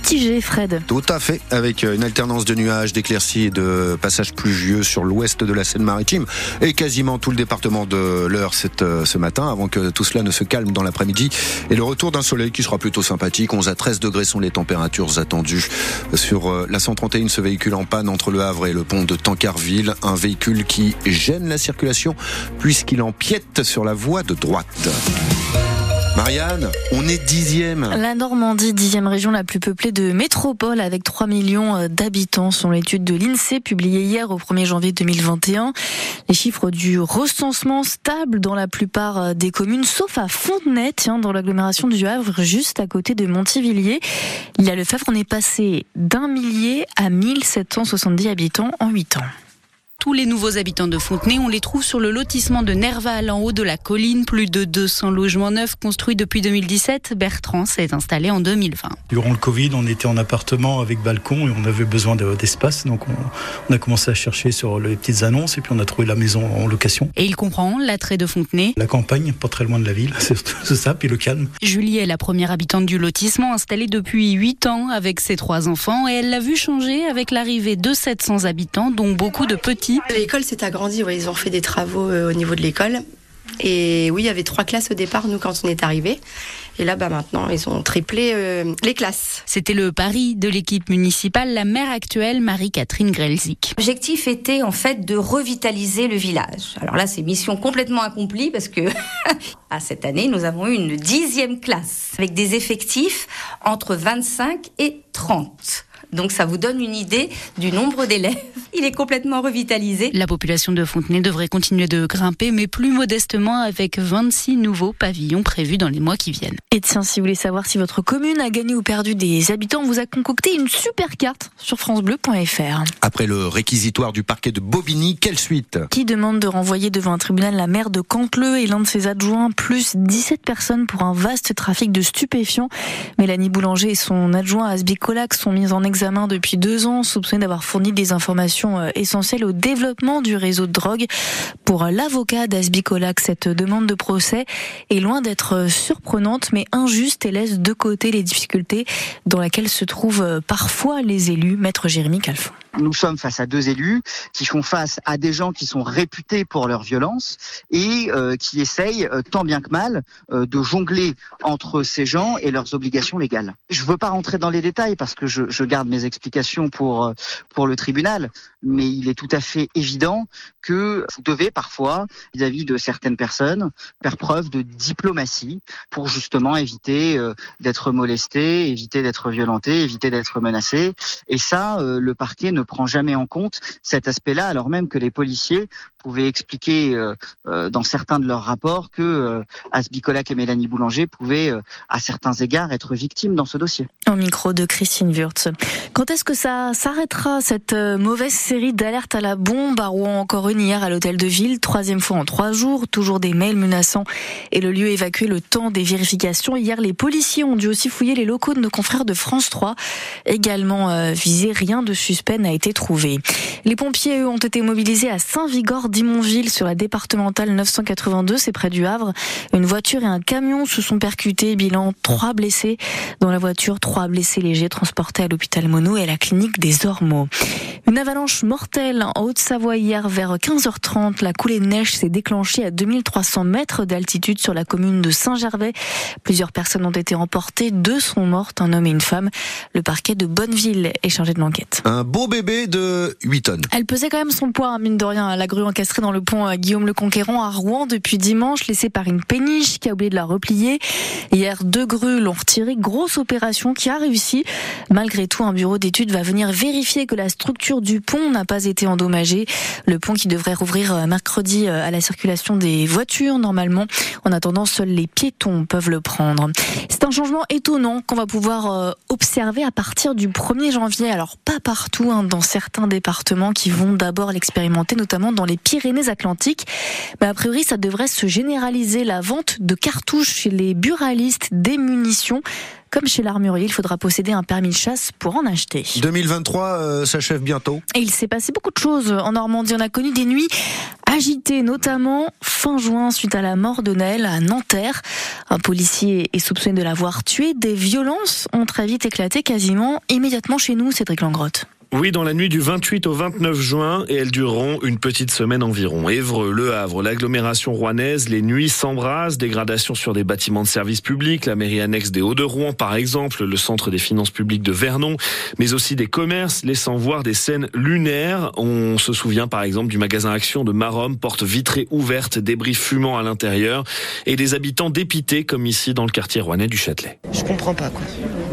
mitigé, Fred. Tout à fait, avec une alternance de nuages, d'éclaircies et de passages pluvieux sur l'ouest de la Seine-Maritime et quasiment tout le département de l'Eure ce matin, avant que tout cela ne se calme dans l'après-midi. Et le retour d'un soleil qui sera plutôt sympathique. 11 à 13 degrés sont les températures attendues. Sur la 131, ce véhicule en panne entre le Havre et le pont de Tancarville. Un véhicule qui gêne la circulation puisqu'il empiète sur la voie de droite. Marianne, on est 10e. La Normandie, 10e région la plus peuplée de métropole avec 3 millions d'habitants, selon l'étude de l'INSEE publiée hier au 1er janvier 2021. Les chiffres du recensement stables dans la plupart des communes, sauf à Fontenay, dans l'agglomération du Havre, juste à côté de Montivilliers. L'île à Lefebvre, on est passé d'un millier à 1770 habitants en 8 ans. Tous les nouveaux habitants de Fontenay, on les trouve sur le lotissement de Nerval, en haut de la colline. Plus de 200 logements neufs construits depuis 2017. Bertrand s'est installé en 2020. Durant le Covid, on était en appartement avec balcon et on avait besoin d'espace. Donc on a commencé à chercher sur les petites annonces et puis on a trouvé la maison en location. Et il comprend l'attrait de Fontenay. La campagne, pas très loin de la ville, c'est ça, puis le calme. Julie est la première habitante du lotissement, installée depuis 8 ans avec ses 3 enfants. Et elle l'a vu changer avec l'arrivée de 700 habitants, dont beaucoup de petits. L'école s'est agrandie, ils ont fait des travaux au niveau de l'école. Et oui, il y avait 3 classes au départ, nous, quand on est arrivés. Et là, maintenant, ils ont triplé les classes. C'était le pari de l'équipe municipale, la maire actuelle, Marie-Catherine Grelzik. L'objectif était, en fait, de revitaliser le village. Alors là, c'est mission complètement accomplie parce que, cette année, nous avons eu une 10e classe avec des effectifs entre 25 et 30. Donc ça vous donne une idée du nombre d'élèves. Il est complètement revitalisé. La population de Fontenay devrait continuer de grimper, mais plus modestement, avec 26 nouveaux pavillons prévus dans les mois qui viennent. Et tiens, si vous voulez savoir si votre commune a gagné ou perdu des habitants, on vous a concocté une super carte sur francebleu.fr. Après le réquisitoire du parquet de Bobigny, quelle suite ? Qui demande de renvoyer devant un tribunal la maire de Canteleu et l'un de ses adjoints, plus 17 personnes pour un vaste trafic de stupéfiants. Mélanie Boulanger et son adjoint Asbi Colac sont mis en examen depuis 2 ans, soupçonnés d'avoir fourni des informations essentielles au développement du réseau de drogue. Pour l'avocat d'Asbi Colac, cette demande de procès est loin d'être surprenante, mais injuste et laisse de côté les difficultés dans lesquelles se trouvent parfois les élus. Maître Jérémy Calfon. Nous sommes face à 2 élus qui font face à des gens qui sont réputés pour leur violence et qui essayent tant bien que mal de jongler entre ces gens et leurs obligations légales. Je veux pas rentrer dans les détails parce que je garde mes explications pour le tribunal, mais il est tout à fait évident que vous devez parfois, vis-à-vis de certaines personnes, faire preuve de diplomatie pour justement éviter d'être molesté, éviter d'être violenté, éviter d'être menacé. Et ça, le parquet ne prend jamais en compte cet aspect-là, alors même que les policiers pouvaient expliquer dans certains de leurs rapports que Asbi Colac et Mélanie Boulanger pouvaient, à certains égards, être victimes dans ce dossier. Au micro de Christine Wurtz. Quand est-ce que ça s'arrêtera, cette mauvaise série d'alertes à la bombe à Rouen? Encore une hier à l'hôtel de ville, 3e fois en 3 jours, toujours des mails menaçants et le lieu évacué le temps des vérifications. Hier, les policiers ont dû aussi fouiller les locaux de nos confrères de France 3. Également visés, rien de suspect n'a été trouvé. Les pompiers, eux, ont été mobilisés à Saint-Vigor-d'Imonville sur la départementale 982, c'est près du Havre. Une voiture et un camion se sont percutés, bilan 3 blessés. Dans la voiture, 3 blessés légers transportés à l'hôpital Monod et à la clinique des Ormeaux. Une avalanche mortelle en Haute-Savoie hier vers 15h30. La coulée de neige s'est déclenchée à 2300 mètres d'altitude sur la commune de Saint-Gervais. Plusieurs personnes ont été emportées, 2 sont mortes, un homme et une femme. Le parquet de Bonneville est chargé de l'enquête. Un beau bébé de 8 tonnes. Elle pesait quand même son poids, mine de rien. La grue encastrée dans le pont Guillaume le Conquérant à Rouen depuis dimanche, laissée par une péniche qui a oublié de la replier. Hier, 2 grues l'ont retirée. Grosse opération qui a réussi. Malgré tout, un bureau d'études va venir vérifier que la structure du pont n'a pas été endommagée. Le pont qui devrait rouvrir mercredi à la circulation des voitures normalement. En attendant, seuls les piétons peuvent le prendre. C'est un changement étonnant qu'on va pouvoir observer à partir du 1er janvier. Alors pas partout, dans certains départements qui vont d'abord l'expérimenter, notamment dans les Pyrénées-Atlantiques. A priori, ça devrait se généraliser, la vente de cartouches chez les buralistes des munitions. Comme chez l'armurier, il faudra posséder un permis de chasse pour en acheter. 2023 s'achève bientôt. Et il s'est passé beaucoup de choses en Normandie. On a connu des nuits agitées, notamment fin juin suite à la mort de Naël à Nanterre. Un policier est soupçonné de l'avoir tué. Des violences ont très vite éclaté, quasiment immédiatement chez nous, Cédric Langrotte. Oui, dans la nuit du 28 au 29 juin, et elles dureront une petite semaine environ. Évreux, Le Havre, l'agglomération rouennaise, les nuits s'embrasent, dégradation sur des bâtiments de services publics, la mairie annexe des Hauts-de-Rouen par exemple, le centre des finances publiques de Vernon, mais aussi des commerces, laissant voir des scènes lunaires. On se souvient par exemple du magasin Action de Maromme, porte vitrée ouverte, débris fumants à l'intérieur, et des habitants dépités comme ici dans le quartier rouennais du Châtelet. Je comprends pas quoi.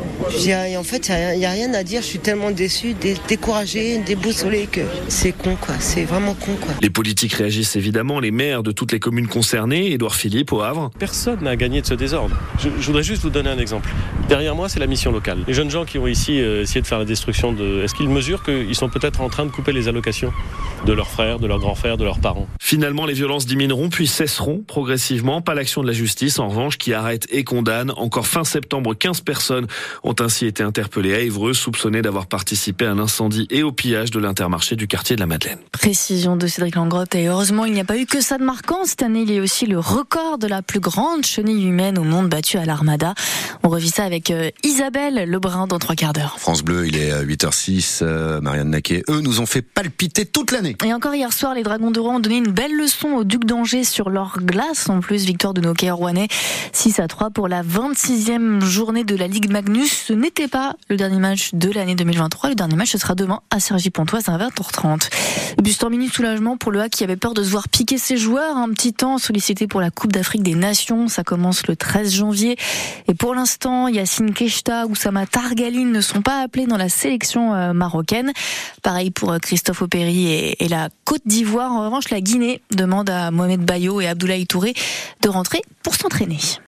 En fait, il n'y a rien à dire, je suis tellement déçue, découragée, déboussolée que c'est con quoi, c'est vraiment con quoi. Les politiques réagissent évidemment, les maires de toutes les communes concernées, Édouard Philippe au Havre. Personne n'a gagné de ce désordre. Je voudrais juste vous donner un exemple. Derrière moi, c'est la mission locale. Les jeunes gens qui ont ici essayé de faire la destruction de... Est-ce qu'ils mesurent qu'ils sont peut-être en train de couper les allocations de leurs frères, de leurs grands frères, de leurs parents? Finalement, les violences diminueront puis cesseront progressivement. Pas l'action de la justice, en revanche, qui arrête et condamne. Encore fin septembre, 15 personnes ont ainsi été interpellées à Évreux, soupçonnées d'avoir participé à un incendie et au pillage de l'Intermarché du quartier de la Madeleine. Précision de Cédric Langrotte. Et heureusement, il n'y a pas eu que ça de marquant. Cette année, il y a aussi le record de la plus grande chenille humaine au monde battue à l'Armada. On revit ça avec Isabelle Lebrun dans 3 quarts d'heure. France Bleu, il est à 8h06. Marianne Naquet, eux, nous ont fait palpiter toute l'année. Et encore hier soir, les Dragons de Rouen ont donné une belle leçon au Duc d'Angers sur leur glace. En plus, victoire de nos hockeyeurs rouennais 6-3 pour la 26e journée de la Ligue Magnus. Ce n'était pas le dernier match de l'année 2023. Le dernier match, ce sera demain à Cergy-Pontoise à 20h30. Et puis, c'est un mini soulagement pour le HAC qui avait peur de se voir piquer ses joueurs. Un petit temps sollicité pour la Coupe d'Afrique des Nations. Ça commence le 13 janvier. Et pour l'instant, Yacine Keshta ou Oussama Targaline ne sont pas appelés dans la sélection marocaine. Pareil pour Christophe Opéry et la Côte d'Ivoire. En revanche, la Guinée demande à Mohamed Bayo et Abdoulaye Touré de rentrer pour s'entraîner.